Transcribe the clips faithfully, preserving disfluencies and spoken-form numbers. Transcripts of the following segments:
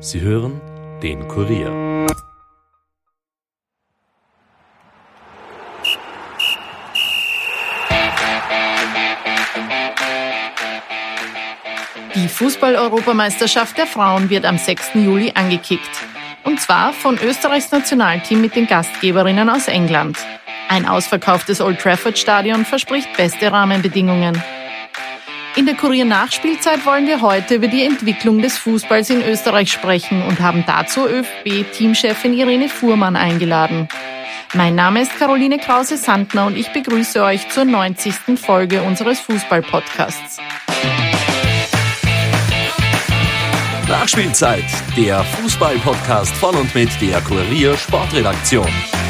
Sie hören den Kurier. Die Fußball-Europameisterschaft der Frauen wird am sechsten Juli angekickt. Und zwar von Österreichs Nationalteam mit den Gastgeberinnen aus England. Ein ausverkauftes Old Trafford-Stadion verspricht beste Rahmenbedingungen. In der Kurier-Nachspielzeit wollen wir heute über die Entwicklung des Fußballs in Österreich sprechen und haben dazu ÖFB-Teamchefin Irene Fuhrmann eingeladen. Mein Name ist Caroline Krause-Sandner und ich begrüße euch zur neunzigsten Folge unseres Fußball-Podcasts. Nachspielzeit, der Fußball-Podcast von und mit der Kurier Sportredaktion.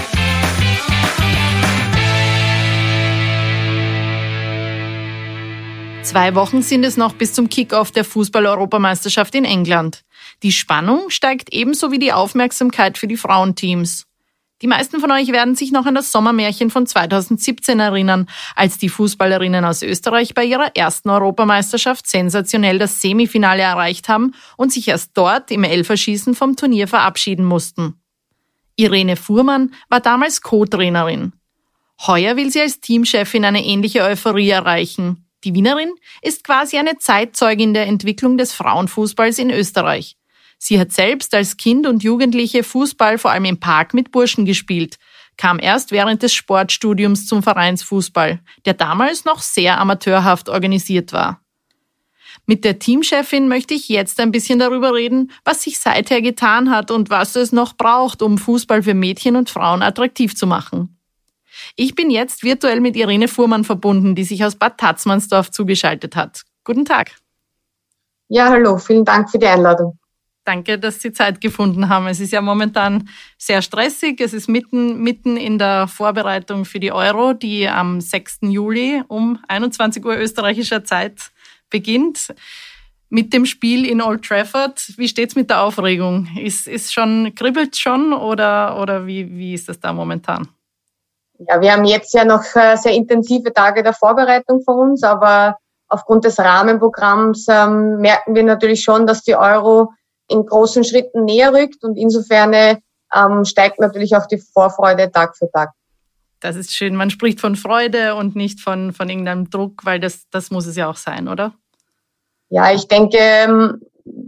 Zwei Wochen sind es noch bis zum Kick-Off der Fußball-Europameisterschaft in England. Die Spannung steigt ebenso wie die Aufmerksamkeit für die Frauenteams. Die meisten von euch werden sich noch an das Sommermärchen von zweitausendsiebzehn erinnern, als die Fußballerinnen aus Österreich bei ihrer ersten Europameisterschaft sensationell das Semifinale erreicht haben und sich erst dort im Elferschießen vom Turnier verabschieden mussten. Irene Fuhrmann war damals Co-Trainerin. Heuer will sie als Teamchefin eine ähnliche Euphorie erreichen. Die Wienerin ist quasi eine Zeitzeugin der Entwicklung des Frauenfußballs in Österreich. Sie hat selbst als Kind und Jugendliche Fußball vor allem im Park mit Burschen gespielt, kam erst während des Sportstudiums zum Vereinsfußball, der damals noch sehr amateurhaft organisiert war. Mit der Teamchefin möchte ich jetzt ein bisschen darüber reden, was sich seither getan hat und was es noch braucht, um Fußball für Mädchen und Frauen attraktiv zu machen. Ich bin jetzt virtuell mit Irene Fuhrmann verbunden, die sich aus Bad Tatzmannsdorf zugeschaltet hat. Guten Tag. Ja, hallo, vielen Dank für die Einladung. Danke, dass Sie Zeit gefunden haben. Es ist ja momentan sehr stressig. Es ist mitten, mitten in der Vorbereitung für die Euro, die am sechsten Juli um einundzwanzig Uhr österreichischer Zeit beginnt. Mit dem Spiel in Old Trafford. Wie steht's mit der Aufregung? Ist, ist schon, kribbelt's schon oder, oder wie, wie ist das da momentan? Ja, wir haben jetzt ja noch sehr intensive Tage der Vorbereitung vor uns, aber aufgrund des Rahmenprogramms ähm, merken wir natürlich schon, dass die Euro in großen Schritten näher rückt und insofern ähm, steigt natürlich auch die Vorfreude Tag für Tag. Das ist schön. Man spricht von Freude und nicht von, von irgendeinem Druck, weil das, das muss es ja auch sein, oder? Ja, ich denke, ähm,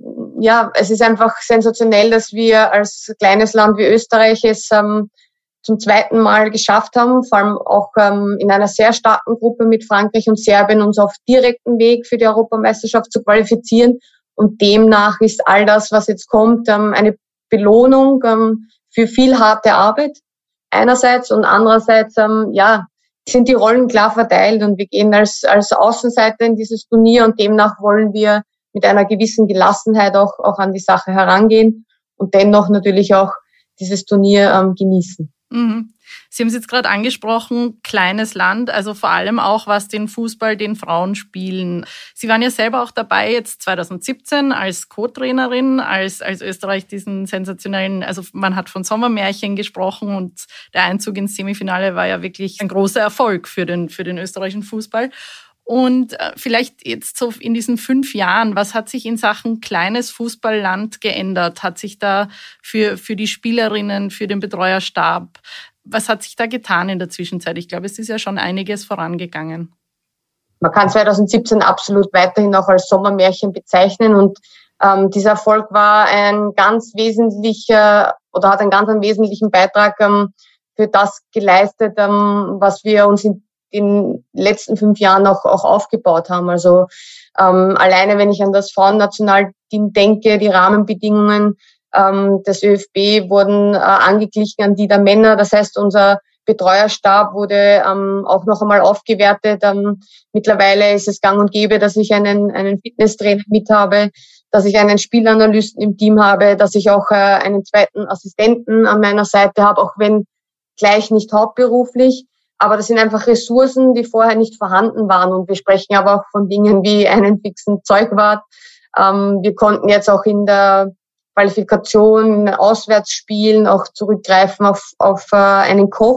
ja, es ist einfach sensationell, dass wir als kleines Land wie Österreich es ähm, zum zweiten Mal geschafft haben, vor allem auch ähm, in einer sehr starken Gruppe mit Frankreich und Serbien uns auf direkten Weg für die Europameisterschaft zu qualifizieren. Und demnach ist all das, was jetzt kommt, ähm, eine Belohnung ähm, für viel harte Arbeit einerseits und andererseits ähm, ja sind die Rollen klar verteilt und wir gehen als als Außenseiter in dieses Turnier und demnach wollen wir mit einer gewissen Gelassenheit auch auch an die Sache herangehen und dennoch natürlich auch dieses Turnier ähm, genießen. Mhm. Sie haben es jetzt gerade angesprochen, kleines Land, also vor allem auch was den Fußball, den Frauen spielen. Sie waren ja selber auch dabei jetzt zweitausendsiebzehn als Co-Trainerin, als, als Österreich diesen sensationellen, also man hat von Sommermärchen gesprochen und der Einzug ins Semifinale war ja wirklich ein großer Erfolg für den, für den österreichischen Fußball. Und vielleicht jetzt so in diesen fünf Jahren, was hat sich in Sachen kleines Fußballland geändert? Hat sich da für, für die Spielerinnen, für den Betreuerstab, was hat sich da getan in der Zwischenzeit? Ich glaube, es ist ja schon einiges vorangegangen. Man kann zweitausendsiebzehn absolut weiterhin auch als Sommermärchen bezeichnen und ähm, dieser Erfolg war ein ganz wesentlicher oder hat einen ganz einen wesentlichen Beitrag ähm, für das geleistet, ähm, was wir uns in den letzten fünf Jahren auch, auch aufgebaut haben. Also ähm, alleine, wenn ich an das Frauennationalteam denke, die Rahmenbedingungen ähm, des ÖFB wurden äh, angeglichen an die der Männer. Das heißt, unser Betreuerstab wurde ähm, auch noch einmal aufgewertet. Ähm, mittlerweile ist es gang und gäbe, dass ich einen, einen Fitnesstrainer mit habe, dass ich einen Spielanalysten im Team habe, dass ich auch äh, einen zweiten Assistenten an meiner Seite habe, auch wenn gleich nicht hauptberuflich. Aber das sind einfach Ressourcen, die vorher nicht vorhanden waren. Und wir sprechen aber auch von Dingen wie einen fixen Zeugwart. Ähm, wir konnten jetzt auch in der Qualifikation, Auswärtsspielen auch zurückgreifen auf, auf äh, einen Koch,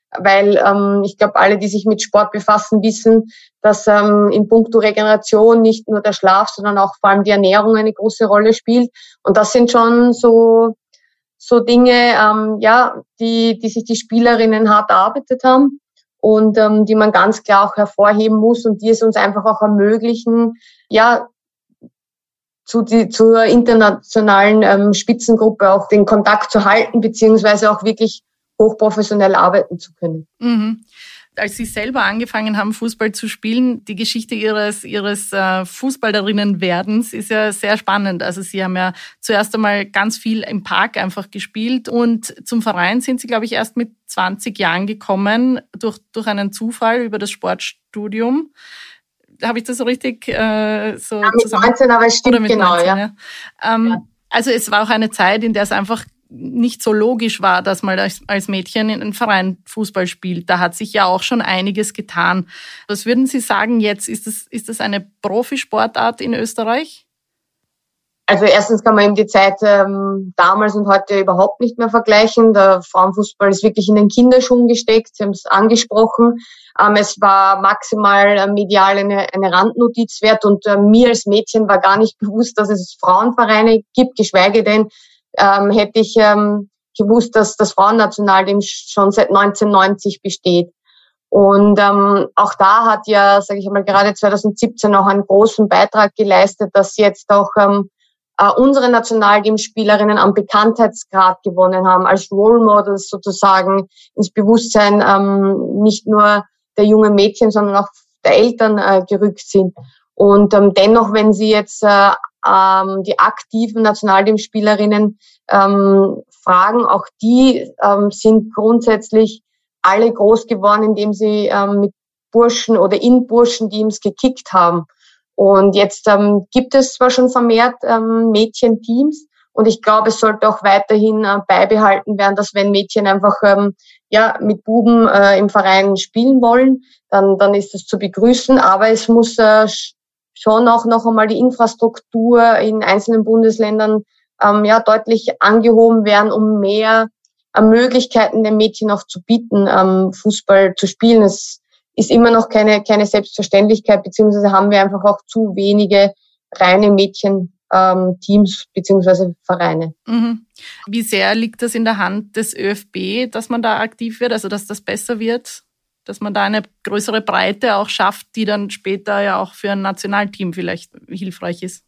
weil ähm, ich glaube, alle, die sich mit Sport befassen, wissen, dass ähm, in puncto Regeneration nicht nur der Schlaf, sondern auch vor allem die Ernährung eine große Rolle spielt. Und das sind schon so so Dinge, ähm, ja, die die sich die Spielerinnen hart erarbeitet haben und ähm, die man ganz klar auch hervorheben muss und die es uns einfach auch ermöglichen, ja, zu die, zur internationalen ähm, Spitzengruppe auch den Kontakt zu halten, beziehungsweise auch wirklich hochprofessionell arbeiten zu können. Mhm. Als Sie selber angefangen haben, Fußball zu spielen, die Geschichte Ihres, Ihres äh, Fußballerinnenwerdens ist ja sehr spannend. Also Sie haben ja zuerst einmal ganz viel im Park einfach gespielt und zum Verein sind Sie, glaube ich, erst mit zwanzig Jahren gekommen, durch, durch einen Zufall über das Sportstudium. Habe ich das so richtig äh, so ja, mit zusammen? neunzehn, aber es stimmt genau, neunzehn, ja. ja. Ähm, ja. Also es war auch eine Zeit, in der es einfach nicht so logisch war, dass man als, als Mädchen in einem Verein Fußball spielt. Da hat sich ja auch schon einiges getan. Was würden Sie sagen jetzt? Ist das, ist das eine Profisportart in Österreich? Also erstens kann man eben die Zeit ähm, damals und heute überhaupt nicht mehr vergleichen. Der Frauenfußball ist wirklich in den Kinderschuhen gesteckt. Sie haben es angesprochen. Ähm, es war maximal äh, medial eine, eine Randnotiz wert und äh, mir als Mädchen war gar nicht bewusst, dass es Frauenvereine gibt, geschweige denn ähm, hätte ich ähm, gewusst, dass das Frauennationalteam schon seit neunzehnhundertneunzig besteht. Und ähm, auch da hat ja, sage ich einmal, gerade zwanzig siebzehn auch einen großen Beitrag geleistet, dass jetzt auch ähm, äh, unsere Nationalteamspielerinnen an Bekanntheitsgrad gewonnen haben, als Role Models sozusagen ins Bewusstsein ähm, nicht nur der jungen Mädchen, sondern auch der Eltern äh, gerückt sind. Und ähm, dennoch, wenn Sie jetzt äh, ähm, die aktiven Nationalteamspielerinnen ähm, fragen, auch die ähm, sind grundsätzlich alle groß geworden, indem sie ähm, mit Burschen oder in Burschenteams gekickt haben. Und jetzt ähm, gibt es zwar schon vermehrt ähm, Mädchenteams und ich glaube, es sollte auch weiterhin äh, beibehalten werden, dass wenn Mädchen einfach ähm, ja mit Buben äh, im Verein spielen wollen, dann dann ist das zu begrüßen. Aber es muss äh, schon auch noch einmal die Infrastruktur in einzelnen Bundesländern ähm, ja deutlich angehoben werden, um mehr äh, Möglichkeiten den Mädchen noch zu bieten, ähm, Fußball zu spielen. Es ist immer noch keine keine Selbstverständlichkeit, beziehungsweise haben wir einfach auch zu wenige reine Mädchen ähm, Teams beziehungsweise Vereine. Mhm. Wie sehr liegt das in der Hand des ÖFB, dass man da aktiv wird, also dass das besser wird? Dass man da eine größere Breite auch schafft, die dann später ja auch für ein Nationalteam vielleicht hilfreich ist?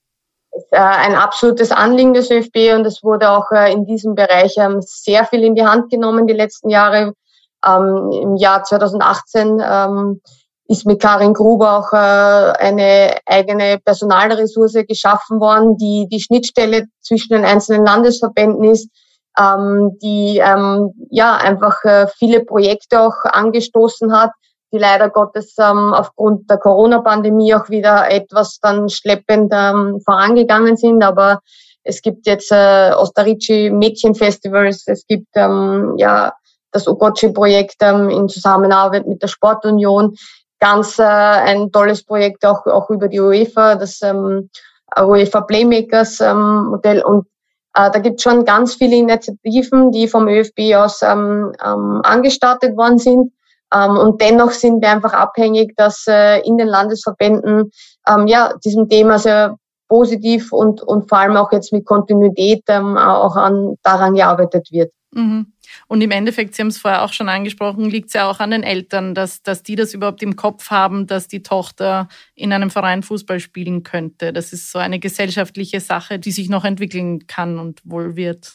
Das ist äh, ein absolutes Anliegen des ÖFB und es wurde auch äh, in diesem Bereich ähm, sehr viel in die Hand genommen die letzten Jahre. Ähm, Im Jahr zwanzig achtzehn ähm, ist mit Karin Gruber auch äh, eine eigene Personalressource geschaffen worden, die die Schnittstelle zwischen den einzelnen Landesverbänden ist, ähm, die ähm, ja einfach äh, viele Projekte auch angestoßen hat, die leider Gottes ähm, aufgrund der Corona-Pandemie auch wieder etwas dann schleppend ähm, vorangegangen sind. Aber es gibt jetzt äh, Ostarici Mädchenfestivals, es gibt ähm, ja das Ogochi-Projekt ähm, in Zusammenarbeit mit der Sportunion, ganz äh, ein tolles Projekt auch auch über die UEFA, das ähm, UEFA Playmakers ähm, Modell und äh, da gibt es schon ganz viele Initiativen, die vom ÖFB aus ähm, ähm, angestartet worden sind. Ähm, und dennoch sind wir einfach abhängig, dass äh, in den Landesverbänden ähm, ja diesem Thema sehr positiv und und vor allem auch jetzt mit Kontinuität ähm, auch an daran gearbeitet wird. Mhm. Und im Endeffekt, Sie haben es vorher auch schon angesprochen, liegt es ja auch an den Eltern, dass, dass die das überhaupt im Kopf haben, dass die Tochter in einem Verein Fußball spielen könnte. Das ist so eine gesellschaftliche Sache, die sich noch entwickeln kann und wohl wird.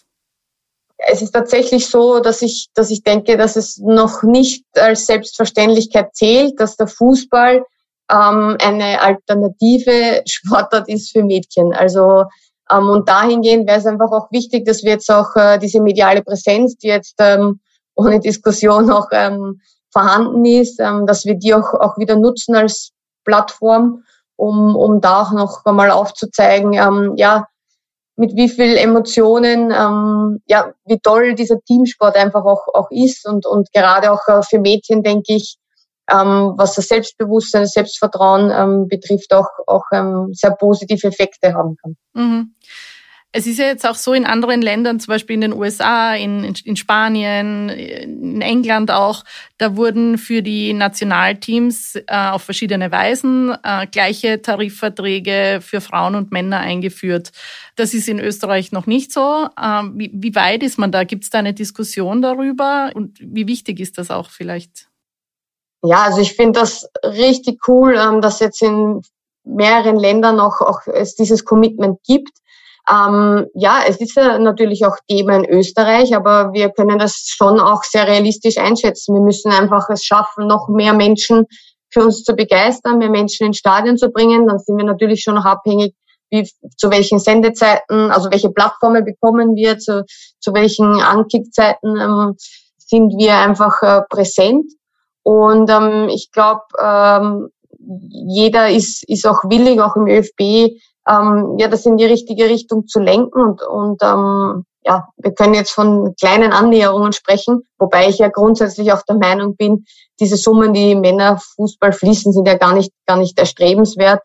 Es ist tatsächlich so, dass ich, dass ich denke, dass es noch nicht als Selbstverständlichkeit zählt, dass der Fußball ähm, eine alternative Sportart ist für Mädchen. Also ähm, und dahingehend wäre es einfach auch wichtig, dass wir jetzt auch äh, diese mediale Präsenz, die jetzt ähm, ohne Diskussion auch ähm, vorhanden ist, ähm, dass wir die auch auch wieder nutzen als Plattform, um um da auch noch einmal aufzuzeigen, ähm, ja, mit wie viel Emotionen, ähm, ja, wie toll dieser Teamsport einfach auch auch ist und und gerade auch äh, für Mädchen denke ich, ähm, was das Selbstbewusstsein, das Selbstvertrauen ähm, betrifft, auch auch ähm, sehr positive Effekte haben kann. Mhm. Es ist ja jetzt auch so in anderen Ländern, zum Beispiel in den U S A, in, in Spanien, in England auch, da wurden für die Nationalteams äh, auf verschiedene Weisen äh, gleiche Tarifverträge für Frauen und Männer eingeführt. Das ist in Österreich noch nicht so. Ähm, wie, wie weit ist man da? Gibt es da eine Diskussion darüber? Und wie wichtig ist das auch vielleicht? Ja, also ich finde das richtig cool, ähm, dass jetzt in mehreren Ländern auch, auch es dieses Commitment gibt. Ähm, ja, es ist ja natürlich auch Thema in Österreich, aber wir können das schon auch sehr realistisch einschätzen. Wir müssen einfach es schaffen, noch mehr Menschen für uns zu begeistern, mehr Menschen ins Stadion zu bringen. Dann sind wir natürlich schon noch abhängig, wie, zu welchen Sendezeiten, also welche Plattformen bekommen wir, zu, zu welchen Ankickzeiten ähm, sind wir einfach äh, präsent. Und ähm, ich glaube, ähm, jeder ist, ist auch willig, auch im ÖFB, ähm, ja, das in die richtige Richtung zu lenken. Und, und ähm, ja, wir können jetzt von kleinen Annäherungen sprechen, wobei ich ja grundsätzlich auch der Meinung bin, diese Summen, die im Männerfußball fließen, sind ja gar nicht, gar nicht erstrebenswert.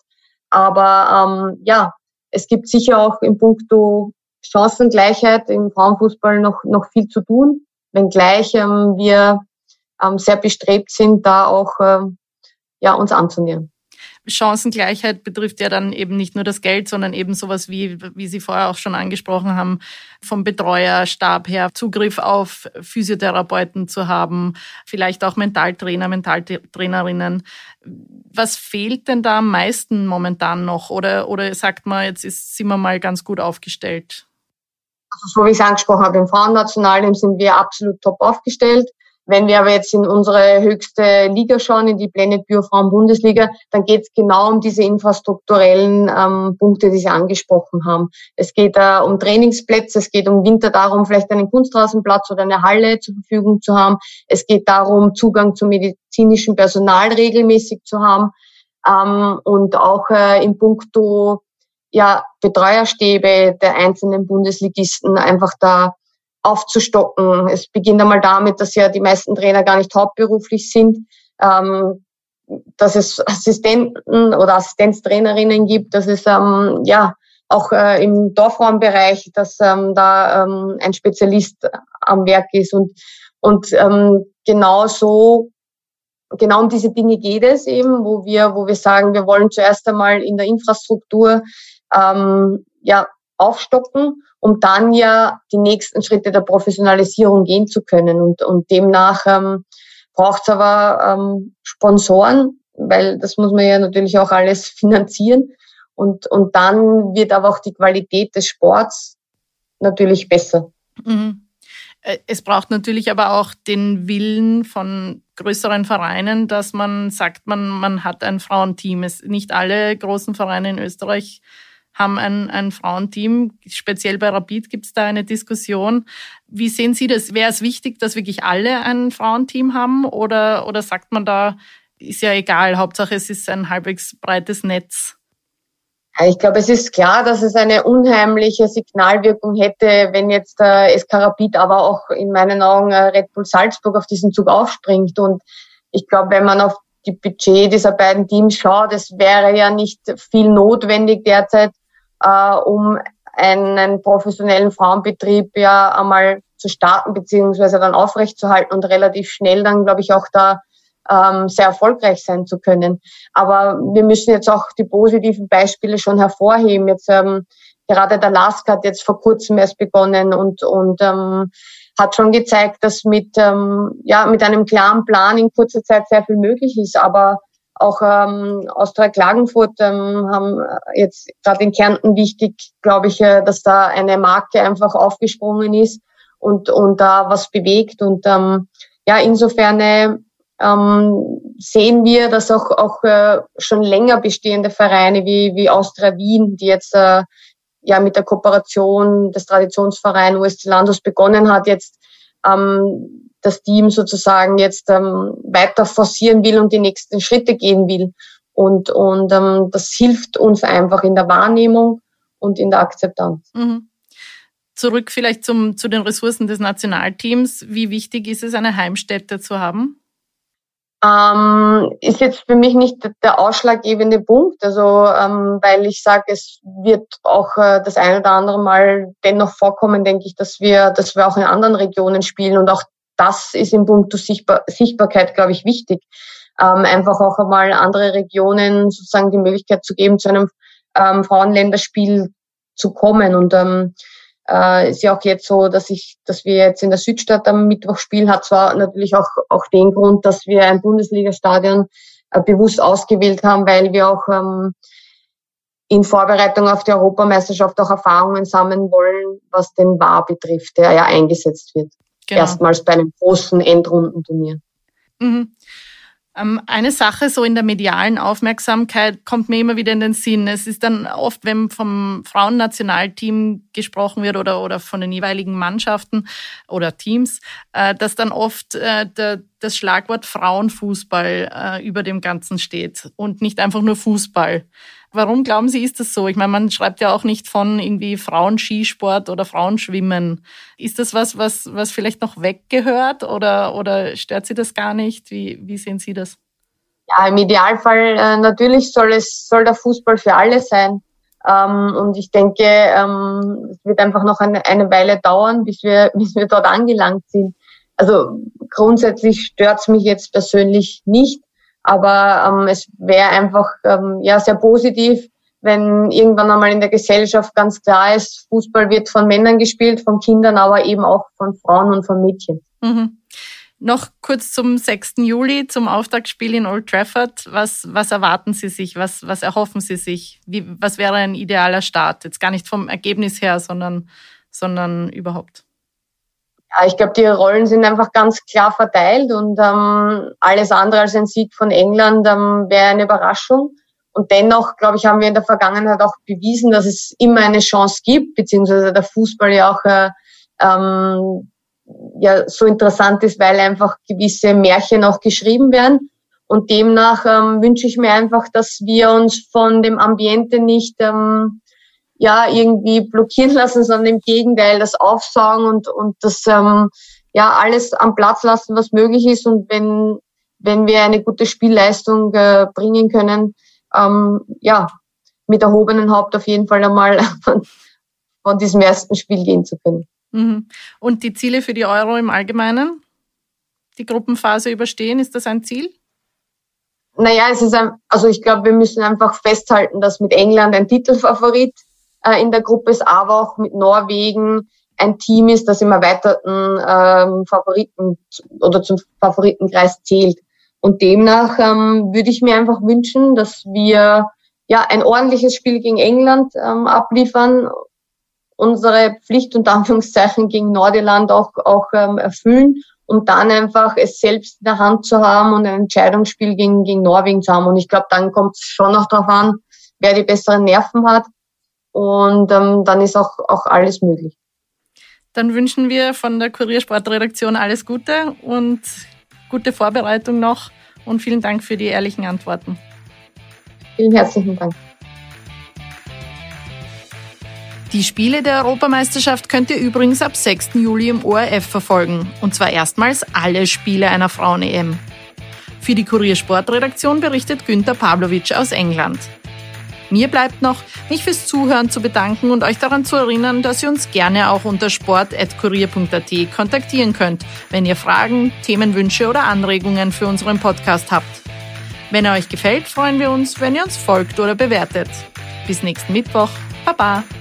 Aber ähm, ja, es gibt sicher auch in puncto Chancengleichheit im Frauenfußball noch, noch viel zu tun, wenngleich ähm, wir ähm, sehr bestrebt sind, da auch ähm, ja, uns anzunähern. Chancengleichheit betrifft ja dann eben nicht nur das Geld, sondern eben sowas wie, wie Sie vorher auch schon angesprochen haben, vom Betreuerstab her Zugriff auf Physiotherapeuten zu haben, vielleicht auch Mentaltrainer, Mentaltrainerinnen. Was fehlt denn da am meisten momentan noch? Oder, oder sagt man, jetzt ist, sind wir mal ganz gut aufgestellt? Also so wie ich es angesprochen habe, im Frauennationalteam sind wir absolut top aufgestellt. Wenn wir aber jetzt in unsere höchste Liga schauen, in die Planet Bio Frauen-Bundesliga, dann geht es genau um diese infrastrukturellen ähm, Punkte, die Sie angesprochen haben. Es geht äh, um Trainingsplätze, es geht im Winter darum, vielleicht einen Kunstrasenplatz oder eine Halle zur Verfügung zu haben. Es geht darum, Zugang zum medizinischen Personal regelmäßig zu haben ähm, und auch äh, in puncto ja, Betreuerstäbe der einzelnen Bundesligisten einfach da aufzustocken. Es beginnt einmal damit, dass ja die meisten Trainer gar nicht hauptberuflich sind, ähm, dass es Assistenten oder Assistenztrainerinnen gibt, dass es ähm, ja auch äh, im Dorfraumbereich, dass ähm, da ähm, ein Spezialist am Werk ist und und ähm, genau so, genau um diese Dinge geht es eben, wo wir wo wir sagen, wir wollen zuerst einmal in der Infrastruktur ähm, ja aufstocken, um dann ja die nächsten Schritte der Professionalisierung gehen zu können. Und, und demnach ähm, braucht es aber ähm, Sponsoren, weil das muss man ja natürlich auch alles finanzieren. Und, und dann wird aber auch die Qualität des Sports natürlich besser. Mhm. Es braucht natürlich aber auch den Willen von größeren Vereinen, dass man sagt, man, man hat ein Frauenteam. Es, nicht alle großen Vereine in Österreich haben ein, ein Frauenteam. Speziell bei Rapid gibt es da eine Diskussion. Wie sehen Sie das? Wäre es wichtig, dass wirklich alle ein Frauenteam haben? Oder, oder sagt man da, ist ja egal, Hauptsache es ist ein halbwegs breites Netz? Ich glaube, es ist klar, dass es eine unheimliche Signalwirkung hätte, wenn jetzt äh, S K Rapid, aber auch in meinen Augen äh, Red Bull Salzburg auf diesen Zug aufspringt. Und ich glaube, wenn man auf die Budget dieser beiden Teams schaut, es wäre ja nicht viel notwendig derzeit, äh, um einen professionellen Frauenbetrieb ja einmal zu starten beziehungsweise dann aufrechtzuerhalten und relativ schnell dann, glaube ich, auch da ähm, sehr erfolgreich sein zu können. Aber wir müssen jetzt auch die positiven Beispiele schon hervorheben. Jetzt ähm, gerade der Lask hat jetzt vor kurzem erst begonnen und und ähm, hat schon gezeigt, dass mit ähm, ja mit einem klaren Plan in kurzer Zeit sehr viel möglich ist. Aber auch ähm, Austria Klagenfurt ähm, haben jetzt gerade in Kärnten wichtig, glaube ich, äh, dass da eine Marke einfach aufgesprungen ist und und da was bewegt. Und ähm, ja, insofern äh, ähm, sehen wir, dass auch auch äh, schon länger bestehende Vereine wie wie Austria Wien, die jetzt äh, ja mit der Kooperation des Traditionsvereins U S C Landus begonnen hat, jetzt ähm, das Team sozusagen jetzt ähm, weiter forcieren will und die nächsten Schritte gehen will. Und und ähm, das hilft uns einfach in der Wahrnehmung und in der Akzeptanz. Mhm. Zurück vielleicht zum, zu den Ressourcen des Nationalteams. Wie wichtig ist es, eine Heimstätte zu haben? Ähm, ist jetzt für mich nicht der ausschlaggebende Punkt, also ähm, weil ich sage, es wird auch äh, das ein oder andere Mal dennoch vorkommen, denke ich, dass wir, dass wir auch in anderen Regionen spielen und auch das ist im Punkt der Sichtbar- Sichtbarkeit, glaube ich, wichtig. Ähm, einfach auch einmal andere Regionen sozusagen die Möglichkeit zu geben, zu einem ähm, Frauenländerspiel zu kommen und ähm, Äh, ist ja auch jetzt so, dass ich, dass wir jetzt in der Südstadt am Mittwoch spielen, hat zwar natürlich auch, auch den Grund, dass wir ein Bundesliga-Stadion äh, bewusst ausgewählt haben, weil wir auch ähm, in Vorbereitung auf die Europameisterschaft auch Erfahrungen sammeln wollen, was den V A R betrifft, der ja eingesetzt wird. Genau. Erstmals bei einem großen Endrundenturnier. Mhm. Eine Sache so in der medialen Aufmerksamkeit kommt mir immer wieder in den Sinn. Es ist dann oft, wenn vom Frauennationalteam gesprochen wird oder, oder von den jeweiligen Mannschaften oder Teams, dass dann oft der, das Schlagwort Frauenfußball über dem Ganzen steht und nicht einfach nur Fußball. Warum glauben Sie, ist das so? Ich meine, man schreibt ja auch nicht von irgendwie Frauenskisport oder Frauenschwimmen. Ist das was, was, was vielleicht noch weggehört oder, oder stört Sie das gar nicht? Wie, wie sehen Sie das? Ja, im Idealfall äh, natürlich soll es, soll der Fußball für alle sein. Ähm, und ich denke, ähm, es wird einfach noch eine, eine Weile dauern, bis wir, bis wir dort angelangt sind. Also grundsätzlich stört's mich jetzt persönlich nicht. Aber ähm, es wäre einfach ähm, ja sehr positiv, wenn irgendwann einmal in der Gesellschaft ganz klar ist, Fußball wird von Männern gespielt, von Kindern, aber eben auch von Frauen und von Mädchen. Mhm. Noch kurz zum sechsten Juli, zum Auftaktspiel in Old Trafford. Was, was erwarten Sie sich? Was, was erhoffen Sie sich? Wie, was wäre ein idealer Start? Jetzt gar nicht vom Ergebnis her, sondern, sondern überhaupt. Ja, ich glaube, die Rollen sind einfach ganz klar verteilt und ähm, alles andere als ein Sieg von England ähm, wäre eine Überraschung. Und dennoch, glaube ich, haben wir in der Vergangenheit auch bewiesen, dass es immer eine Chance gibt, beziehungsweise der Fußball ja auch äh, ähm, ja so interessant ist, weil einfach gewisse Märchen auch geschrieben werden. Und demnach ähm, wünsche ich mir einfach, dass wir uns von dem Ambiente nicht ähm, ja irgendwie blockieren lassen, sondern im Gegenteil das aufsaugen und und das ähm, ja alles am Platz lassen, was möglich ist. Und wenn wenn wir eine gute Spielleistung äh, bringen können, ähm, ja mit erhobenem Haupt auf jeden Fall einmal von, von diesem ersten Spiel gehen zu können. Mhm. Und die Ziele für die Euro im Allgemeinen? Die Gruppenphase überstehen, ist das ein Ziel? Naja, es ist ein, also ich glaube, wir müssen einfach festhalten, dass mit England ein Titelfavorit in der Gruppe ist, aber auch mit Norwegen ein Team ist, das im erweiterten ähm, Favoriten oder zum Favoritenkreis zählt. Und demnach ähm, würde ich mir einfach wünschen, dass wir ja ein ordentliches Spiel gegen England ähm, abliefern, unsere Pflicht und Anführungszeichen gegen Nordirland auch auch ähm, erfüllen, um dann einfach es selbst in der Hand zu haben und ein Entscheidungsspiel gegen gegen Norwegen zu haben. Und ich glaube, dann kommt es schon noch darauf an, wer die besseren Nerven hat. Und ähm, dann ist auch, auch alles möglich. Dann wünschen wir von der Kuriersportredaktion alles Gute und gute Vorbereitung noch. Und vielen Dank für die ehrlichen Antworten. Vielen herzlichen Dank. Die Spiele der Europameisterschaft könnt ihr übrigens ab sechsten Juli im O R F verfolgen. Und zwar erstmals alle Spiele einer Frauen-E M. Für die Kuriersportredaktion berichtet Günther Pawlowitsch aus England. Mir bleibt noch, mich fürs Zuhören zu bedanken und euch daran zu erinnern, dass ihr uns gerne auch unter sport at kurier punkt at kontaktieren könnt, wenn ihr Fragen, Themenwünsche oder Anregungen für unseren Podcast habt. Wenn er euch gefällt, freuen wir uns, wenn ihr uns folgt oder bewertet. Bis nächsten Mittwoch. Baba!